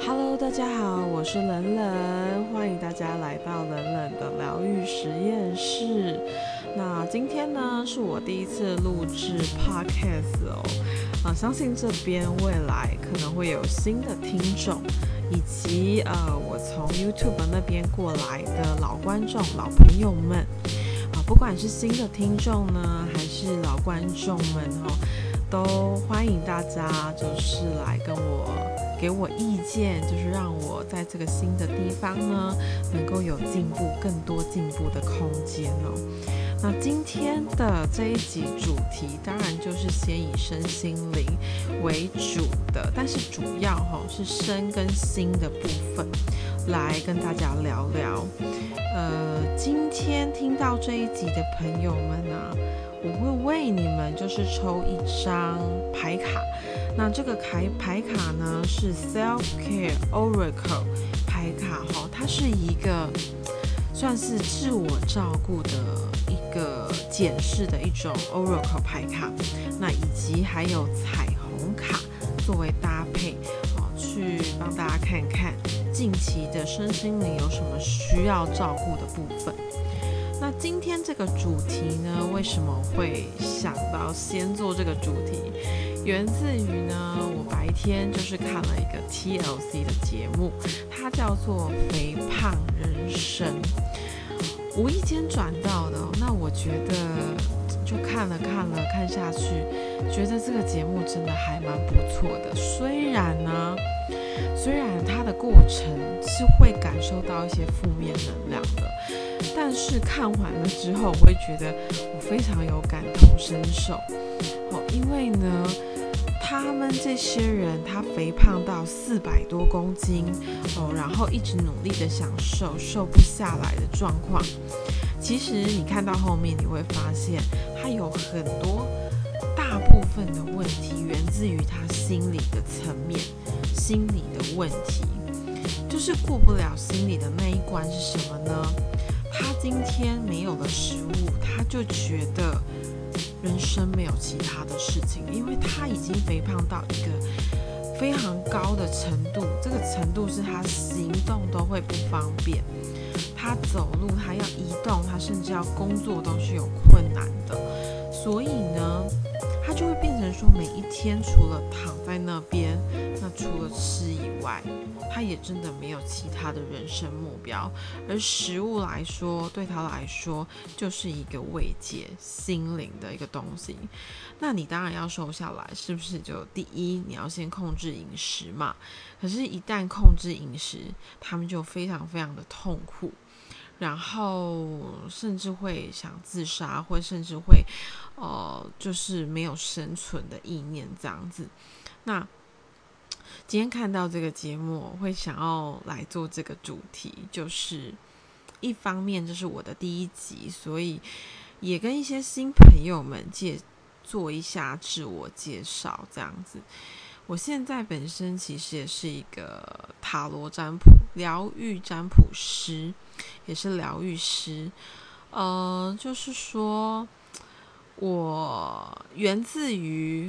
Hello，大家好，我是冷冷，欢迎大家来到冷冷的疗愈实验室。那今天呢，是我第一次录制 Podcast 哦，相信这边未来可能会有新的听众，以及我从 YouTube 那边过来的老观众、老朋友们不管是新的听众呢，还是老观众们都欢迎大家就是来给我意见，就是让我在这个新的地方呢能够有进步，更多进步的空间那今天的这一集主题当然就是先以身心灵为主的，但是主要是身跟心的部分来跟大家聊聊。今天听到这一集的朋友们我会为你们就是抽一张牌卡，那这个牌卡呢是 Self Care Oracle 牌卡它是一个算是自我照顾的一个检视的一种 Oracle 牌卡，那以及还有彩虹卡作为搭配去帮大家看看近期的身心灵有什么需要照顾的部分。那今天这个主题呢，为什么会想到先做这个主题？源自于呢，我白天就是看了一个 TLC 的节目，它叫做《肥胖人生》，无意间转到的那我觉得就看下去，觉得这个节目真的还蛮不错的。虽然它的过程是会感受到一些负面能量的，但是看完了之后，我会觉得我非常有感同身受因为呢，他们这些人他肥胖到400多公斤然后一直努力的想瘦不下来的状况，其实你看到后面你会发现，他有很多大部分的问题源自于他心理的层面，心理的问题就是过不了心理的那一关是什么呢？他今天没有了食物，他就觉得人生没有其他的事情，因为他已经肥胖到一个非常高的程度，这个程度是他行动都会不方便，他走路，他要移动，他甚至要工作都是有困难的，所以呢，他就会变成说，每一天除了躺在那边，那除了吃以外，他也真的没有其他的人生目标。而食物来说，对他来说就是一个慰藉心灵的一个东西。那你当然要瘦下来，是不是？就第一，你要先控制饮食嘛。可是，一旦控制饮食，他们就非常非常的痛苦。然后甚至会想自杀，或甚至会就是没有生存的意念这样子。那今天看到这个节目，会想要来做这个主题，就是一方面这是我的第一集，所以也跟一些新朋友们做一下自我介绍这样子。我现在本身其实也是一个塔罗占卜、疗愈占卜师，也是疗愈师。就是说我源自于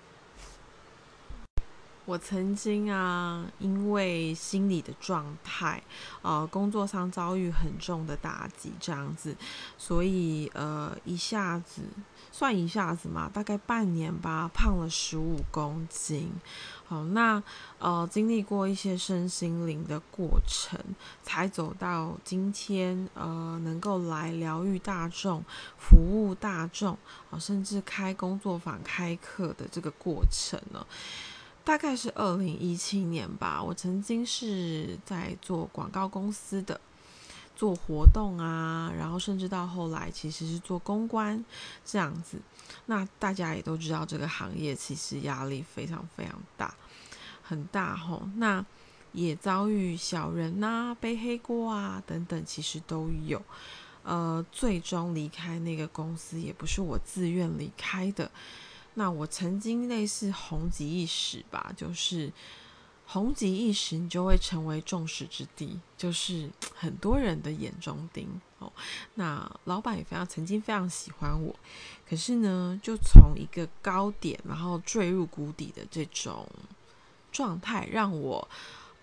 我曾经因为心理的状态，工作上遭遇很重的打击，这样子，所以一下子嘛，大概半年吧，胖了15公斤。好，那经历过一些身心灵的过程，才走到今天能够来疗愈大众、服务大众，甚至开工作坊、开课的这个过程呢。大概是2017年吧，我曾经是在做广告公司的，做活动然后甚至到后来其实是做公关这样子。那大家也都知道这个行业其实压力非常非常大，很大那也遭遇小人背黑锅等等，其实都有。最终离开那个公司也不是我自愿离开的。那我曾经类似红极一时吧，就是红极一时，你就会成为众矢之的，就是很多人的眼中钉那老板也曾经非常喜欢我，可是呢，就从一个高点，然后坠入谷底的这种状态，让我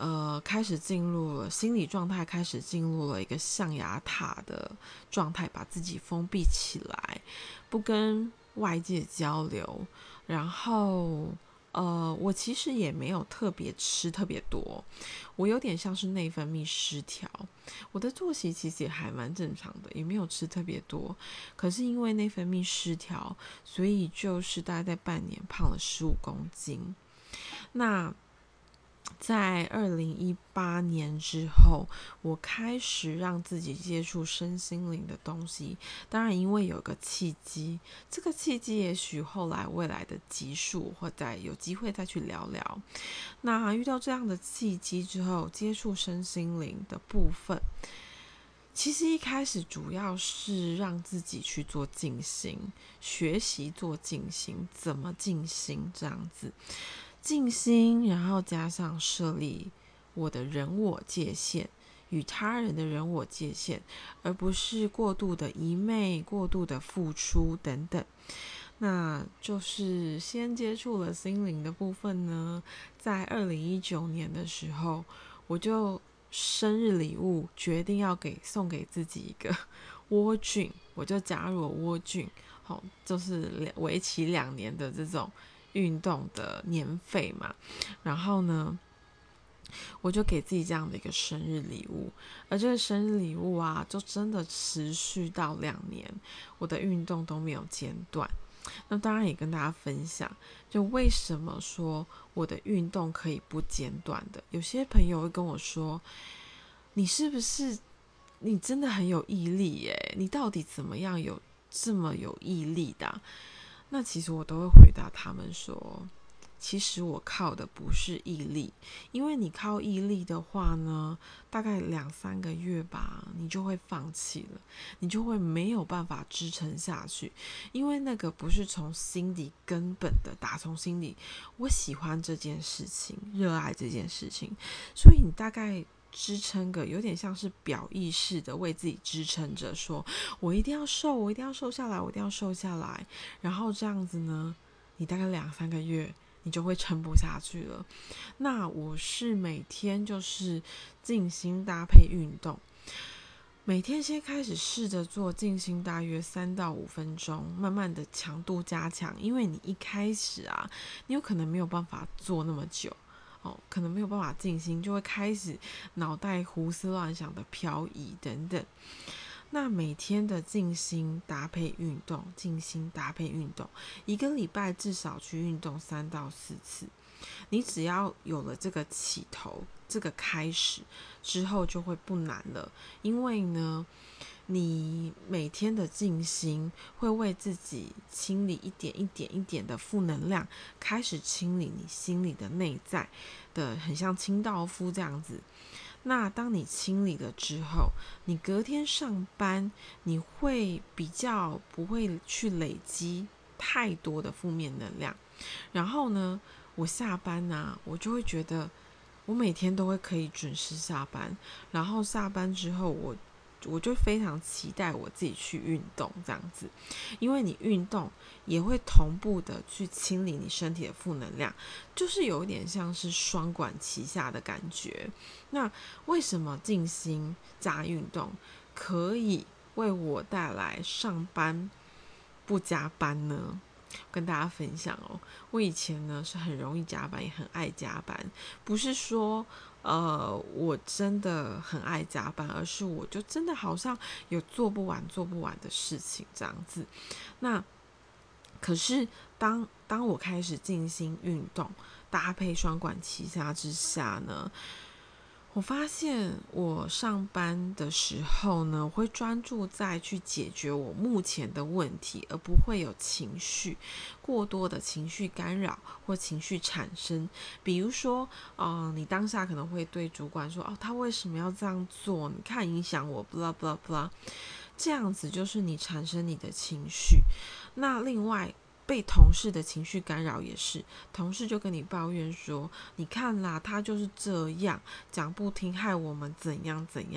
开始进入了心理状态，开始进入了一个象牙塔的状态，把自己封闭起来，不跟外界交流。然后我其实也没有特别吃特别多，我有点像是内分泌失调。我的作息其实也还蛮正常的，也没有吃特别多，可是因为内分泌失调，所以就是大概在半年胖了15公斤。那在2018年之后，我开始让自己接触身心灵的东西。当然，因为有个契机，这个契机也许后来未来的集数或再有机会再去聊聊。那遇到这样的契机之后，接触身心灵的部分，其实一开始主要是让自己去做静心，学习做静心，怎么静心这样子。静心，然后加上设立我的人我界限与他人的人我界限，而不是过度的一昧、过度的付出等等。那就是先接触了心灵的部分呢，在2019年的时候，我就生日礼物决定要送给自己一个蜗菌，我就加入了蜗菌，就是为期2年的这种运动的年费嘛。然后呢，我就给自己这样的一个生日礼物，而这个生日礼物啊，就真的持续到2年，我的运动都没有间断。那当然也跟大家分享，就为什么说我的运动可以不间断的。有些朋友会跟我说，你是不是你真的很有毅力耶？你到底怎么样有这么有毅力的那其实我都会回答他们说，其实我靠的不是毅力，因为你靠毅力的话呢，大概2-3个月吧，你就会放弃了，你就会没有办法支撑下去，因为那个不是从心底根本的打从心里，我喜欢这件事情，热爱这件事情，所以你大概支撑个有点像是表意识的为自己支撑着，说我一定要瘦，我一定要瘦下来，我一定要瘦下来，然后这样子呢，你大概2-3个月你就会撑不下去了。那我是每天就是静心搭配运动，每天先开始试着做静心，大约3到5分钟，慢慢的强度加强，因为你一开始啊，你有可能没有办法做那么久。可能没有办法静心，就会开始脑袋胡思乱想的漂移等等。那每天的静心搭配运动，静心搭配运动，1个礼拜至少去运动3到4次。你只要有了这个起头，这个开始之后就会不难了，因为呢，你每天的静心会为自己清理一点一点一点的负能量，开始清理你心里的内在的，很像清道夫这样子。那当你清理了之后，你隔天上班，你会比较不会去累积太多的负面能量。然后呢，我下班啊，我就会觉得我每天都会可以准时下班，然后下班之后我就非常期待我自己去运动这样子，因为你运动也会同步的去清理你身体的负能量，就是有一点像是双管齐下的感觉。那为什么静心加运动可以为我带来上班不加班呢？跟大家分享我以前呢是很容易加班，也很爱加班，不是说我真的很爱加班，而是我就真的好像有做不完的事情这样子。那可是当我开始静心运动，搭配双管齐下之下呢，我发现我上班的时候呢，我会专注在去解决我目前的问题，而不会有过多的情绪干扰或情绪产生。比如说你当下可能会对主管说他为什么要这样做，你看影响我 blah blah blah， 这样子就是你产生你的情绪。那另外被同事的情绪干扰也是，同事就跟你抱怨说，你看啦，他就是这样讲不听，害我们怎样怎样。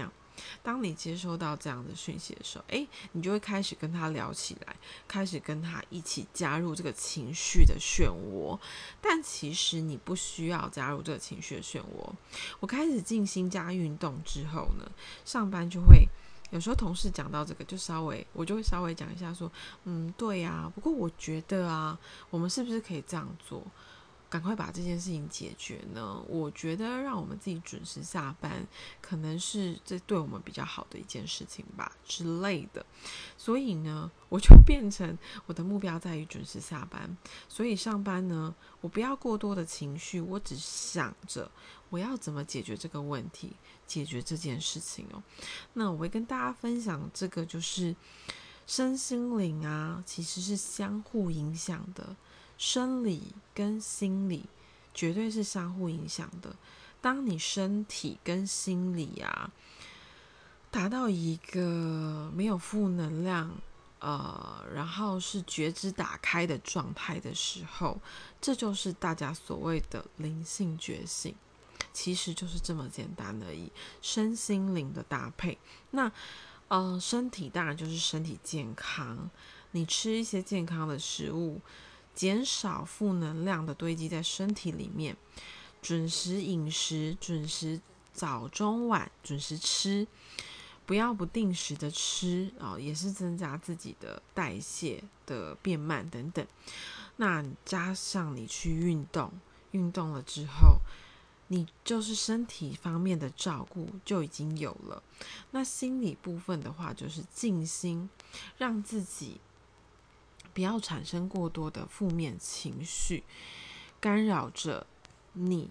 当你接收到这样的讯息的时候，你就会开始跟他聊起来，开始跟他一起加入这个情绪的漩涡。但其实你不需要加入这个情绪的漩涡。我开始静心加运动之后呢，上班就会有时候同事讲到这个，我就会稍微讲一下说，对啊，不过我觉得啊，我们是不是可以这样做？赶快把这件事情解决呢？我觉得让我们自己准时下班，可能是这对我们比较好的一件事情吧之类的。所以呢，我就变成我的目标在于准时下班。所以上班呢，我不要过多的情绪，我只想着我要怎么解决这个问题，解决这件事情哦。那我会跟大家分享这个，就是身心灵啊，其实是相互影响的。生理跟心理绝对是相互影响的。当你身体跟心理啊达到一个没有负能量，然后是觉知打开的状态的时候，这就是大家所谓的灵性觉醒。其实就是这么简单而已，身心灵的搭配。那身体当然就是身体健康，你吃一些健康的食物，减少负能量的堆积在身体里面，准时饮食，准时早中晚准时吃，不要不定时的吃也是增加自己的代谢的变慢等等。那加上你去运动，运动了之后，你就是身体方面的照顾就已经有了。那心理部分的话，就是静心，让自己不要产生过多的负面情绪，干扰着你，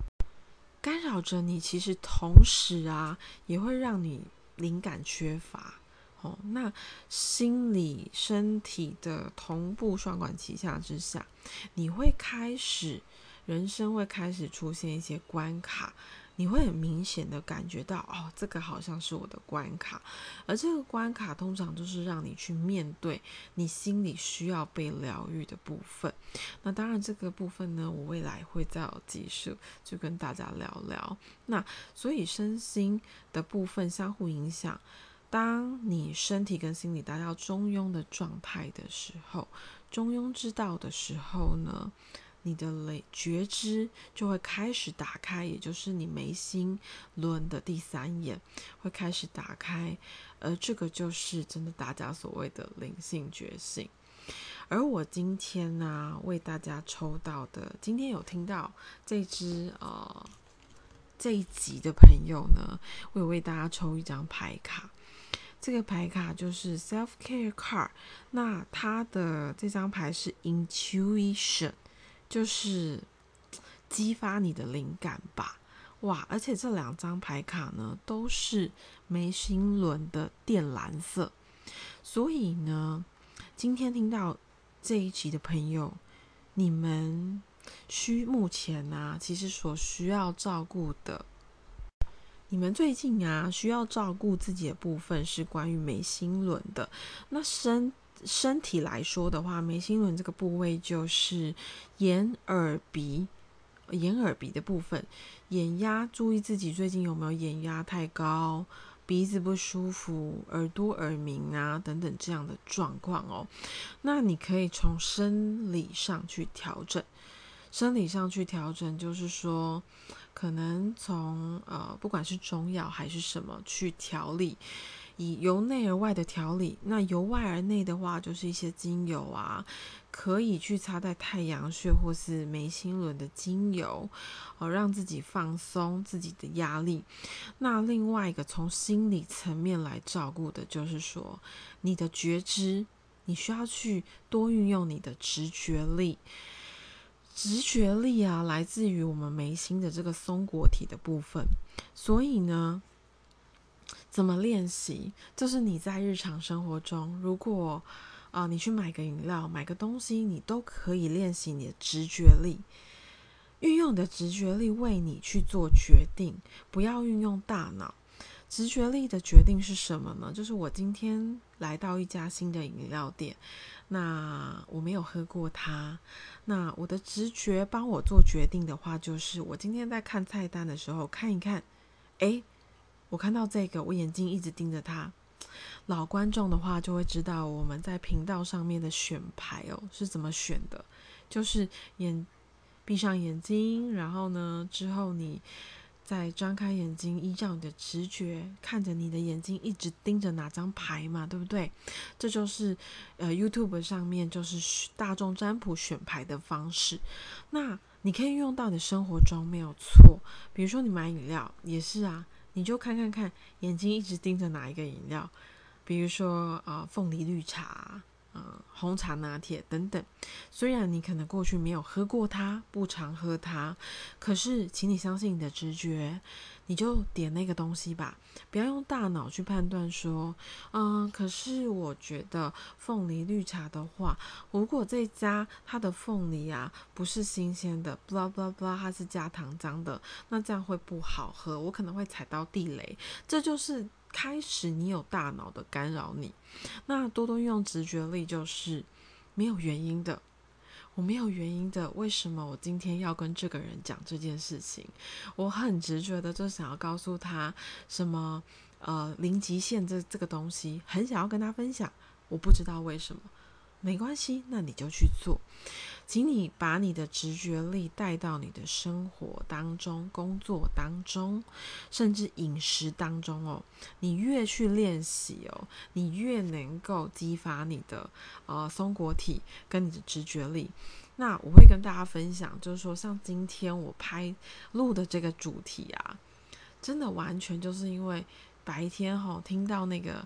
其实同时啊，也会让你灵感缺乏。那心理身体的同步双管齐下之下，人生会开始出现一些关卡，你会很明显的感觉到这个好像是我的关卡，而这个关卡通常就是让你去面对你心里需要被疗愈的部分。那当然这个部分呢，我未来会再有集数就跟大家聊聊。那所以身心的部分相互影响，当你身体跟心理达到中庸的状态的时候，中庸之道的时候呢，你的觉知就会开始打开，也就是你眉心轮的第三眼会开始打开，而这个就是真的大家所谓的灵性觉醒。而我今天呢，为大家抽到的，今天有听到这一集的朋友呢，我有为大家抽一张牌卡。这个牌卡就是 Self Care Card， 那它的这张牌是 Intuition， 就是激发你的灵感吧。哇，而且这两张牌卡呢，都是眉心轮的靛蓝色。所以呢，今天听到这一集的朋友，你们目前啊，其实所需要照顾的，你们最近啊需要照顾自己的部分是关于眉心轮的。那身体来说的话，眉心轮这个部位就是眼耳鼻的部分。眼压，注意自己最近有没有眼压太高，鼻子不舒服，耳朵耳鸣啊等等这样的状况哦。那你可以从生理上去调整。就是说，可能从不管是中药还是什么去调理，以由内而外的调理。那由外而内的话，就是一些精油啊，可以去擦在太阳穴或是眉心轮的精油，让自己放松自己的压力。那另外一个从心理层面来照顾的，就是说你的觉知，你需要去多运用你的直觉力。直觉力啊，来自于我们眉心的这个松果体的部分。所以呢，怎么练习？就是你在日常生活中，如果你去买个饮料、买个东西，你都可以练习你的直觉力，运用你的直觉力为你去做决定，不要运用大脑。直觉力的决定是什么呢？就是我今天来到一家新的饮料店，那我没有喝过它，那我的直觉帮我做决定的话，就是我今天在看菜单的时候看一看， 我看到这个，我眼睛一直盯着它。老观众的话就会知道我们在频道上面的选牌是怎么选的，就是闭上眼睛，然后呢之后你再张开眼睛，依照你的直觉看着你的眼睛一直盯着哪张牌嘛，对不对？这就是YouTube 上面就是大众占卜选牌的方式。那你可以用到你的生活中没有错，比如说你买饮料也是啊，你就看眼睛一直盯着哪一个饮料，比如说凤梨绿茶、红茶拿铁等等。虽然你可能过去没有喝过它，不常喝它，可是请你相信你的直觉，你就点那个东西吧，不要用大脑去判断说可是我觉得凤梨绿茶的话，如果这家它的凤梨不是新鲜的 blah blah blah， 它是加糖浆的，那这样会不好喝，我可能会踩到地雷。这就是开始你有大脑的干扰你。那多多用直觉力就是没有原因的，我没有原因的，为什么我今天要跟这个人讲这件事情？我很直觉的就想要告诉他什么零极限这个东西，很想要跟他分享，我不知道为什么，没关系，那你就去做。请你把你的直觉力带到你的生活当中、工作当中，甚至饮食当中你越去练习你越能够激发你的松果体跟你的直觉力。那我会跟大家分享，就是说像今天我录的这个主题真的完全就是因为白天听到那个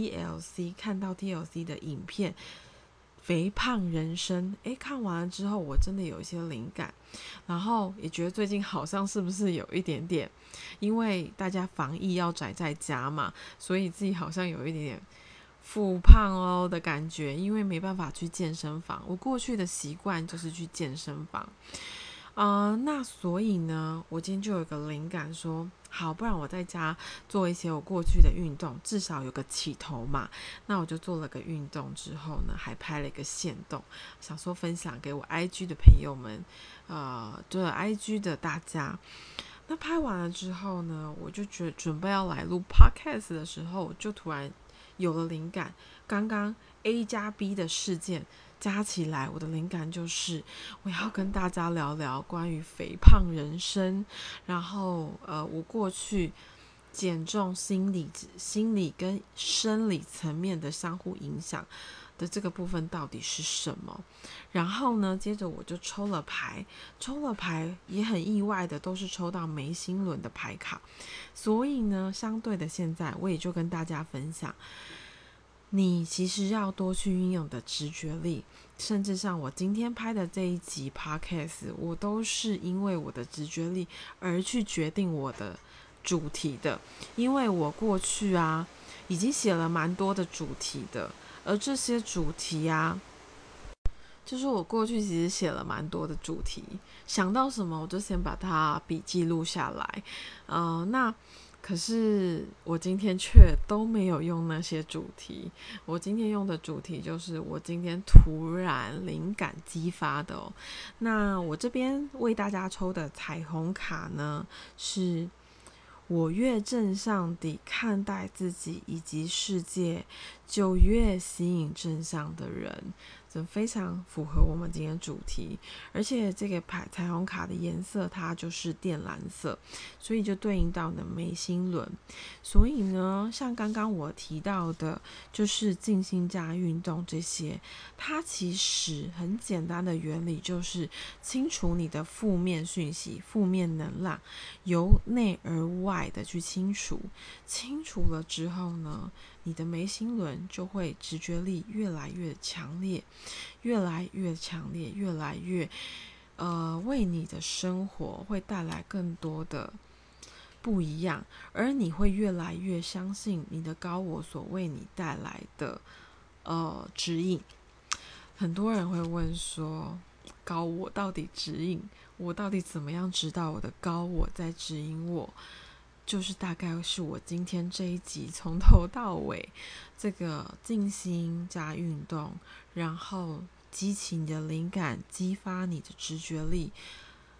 TLC， 看到 TLC 的影片肥胖人生，看完了之后我真的有一些灵感，然后也觉得最近好像是不是有一点点，因为大家防疫要宅在家嘛，所以自己好像有一点点复胖的感觉，因为没办法去健身房。我过去的习惯就是去健身房那所以呢，我今天就有个灵感说，好，不然我在家做一些我过去的运动，至少有个起头嘛。那我就做了个运动之后呢，还拍了一个限动，想说分享给我 IG 的朋友们，就是 IG 的大家。那拍完了之后呢，我就觉得准备要来录 Podcast 的时候，就突然有了灵感。刚刚 A 加 B 的事件加起来，我的灵感就是我要跟大家聊聊关于肥胖人生，然后我过去减重心理跟生理层面的相互影响的这个部分到底是什么。然后呢，接着我就抽了牌也很意外的都是抽到眉心轮的牌卡，所以呢，相对的现在我也就跟大家分享，你其实要多去运用的直觉力，甚至像我今天拍的这一集 podcast， 我都是因为我的直觉力而去决定我的主题的。因为我过去已经写了蛮多的主题的，而这些主题就是我过去其实写了蛮多的主题，想到什么我就先把它笔记录下来。那可是我今天却都没有用那些主题，我今天用的主题就是我今天突然灵感激发的那我这边为大家抽的彩虹卡呢，是我越正向地看待自己以及世界，就越吸引正向的人。这非常符合我们今天主题，而且这个彩虹卡的颜色它就是靛蓝色，所以就对应到你的眉心轮。所以呢，像刚刚我提到的就是静心加运动这些，它其实很简单的原理就是清除你的负面讯息、负面能量，由内而外的去清除了之后呢，你的眉心轮就会直觉力越来越强烈，越来越强烈，越来越为你的生活会带来更多的不一样，而你会越来越相信你的高我所为你带来的指引。很多人会问说，高我到底指引我，到底怎么样知道我的高我在指引我？就是大概是我今天这一集从头到尾这个静心加运动，然后激起你的灵感，激发你的直觉力，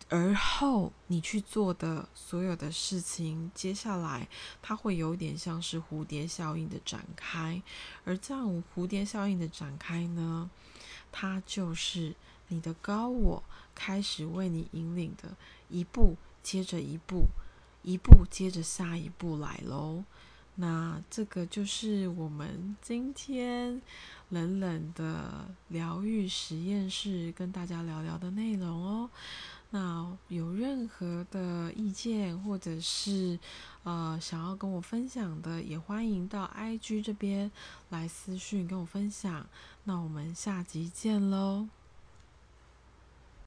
而后你去做的所有的事情，接下来它会有点像是蝴蝶效应的展开。而这样蝴蝶效应的展开呢，它就是你的高我开始为你引领的一步接着一步，一步接着下一步来咯。那这个就是我们今天冷冷的疗愈实验室跟大家聊聊的内容哦。那有任何的意见或者是想要跟我分享的，也欢迎到 IG 这边来私讯跟我分享。那我们下集见咯。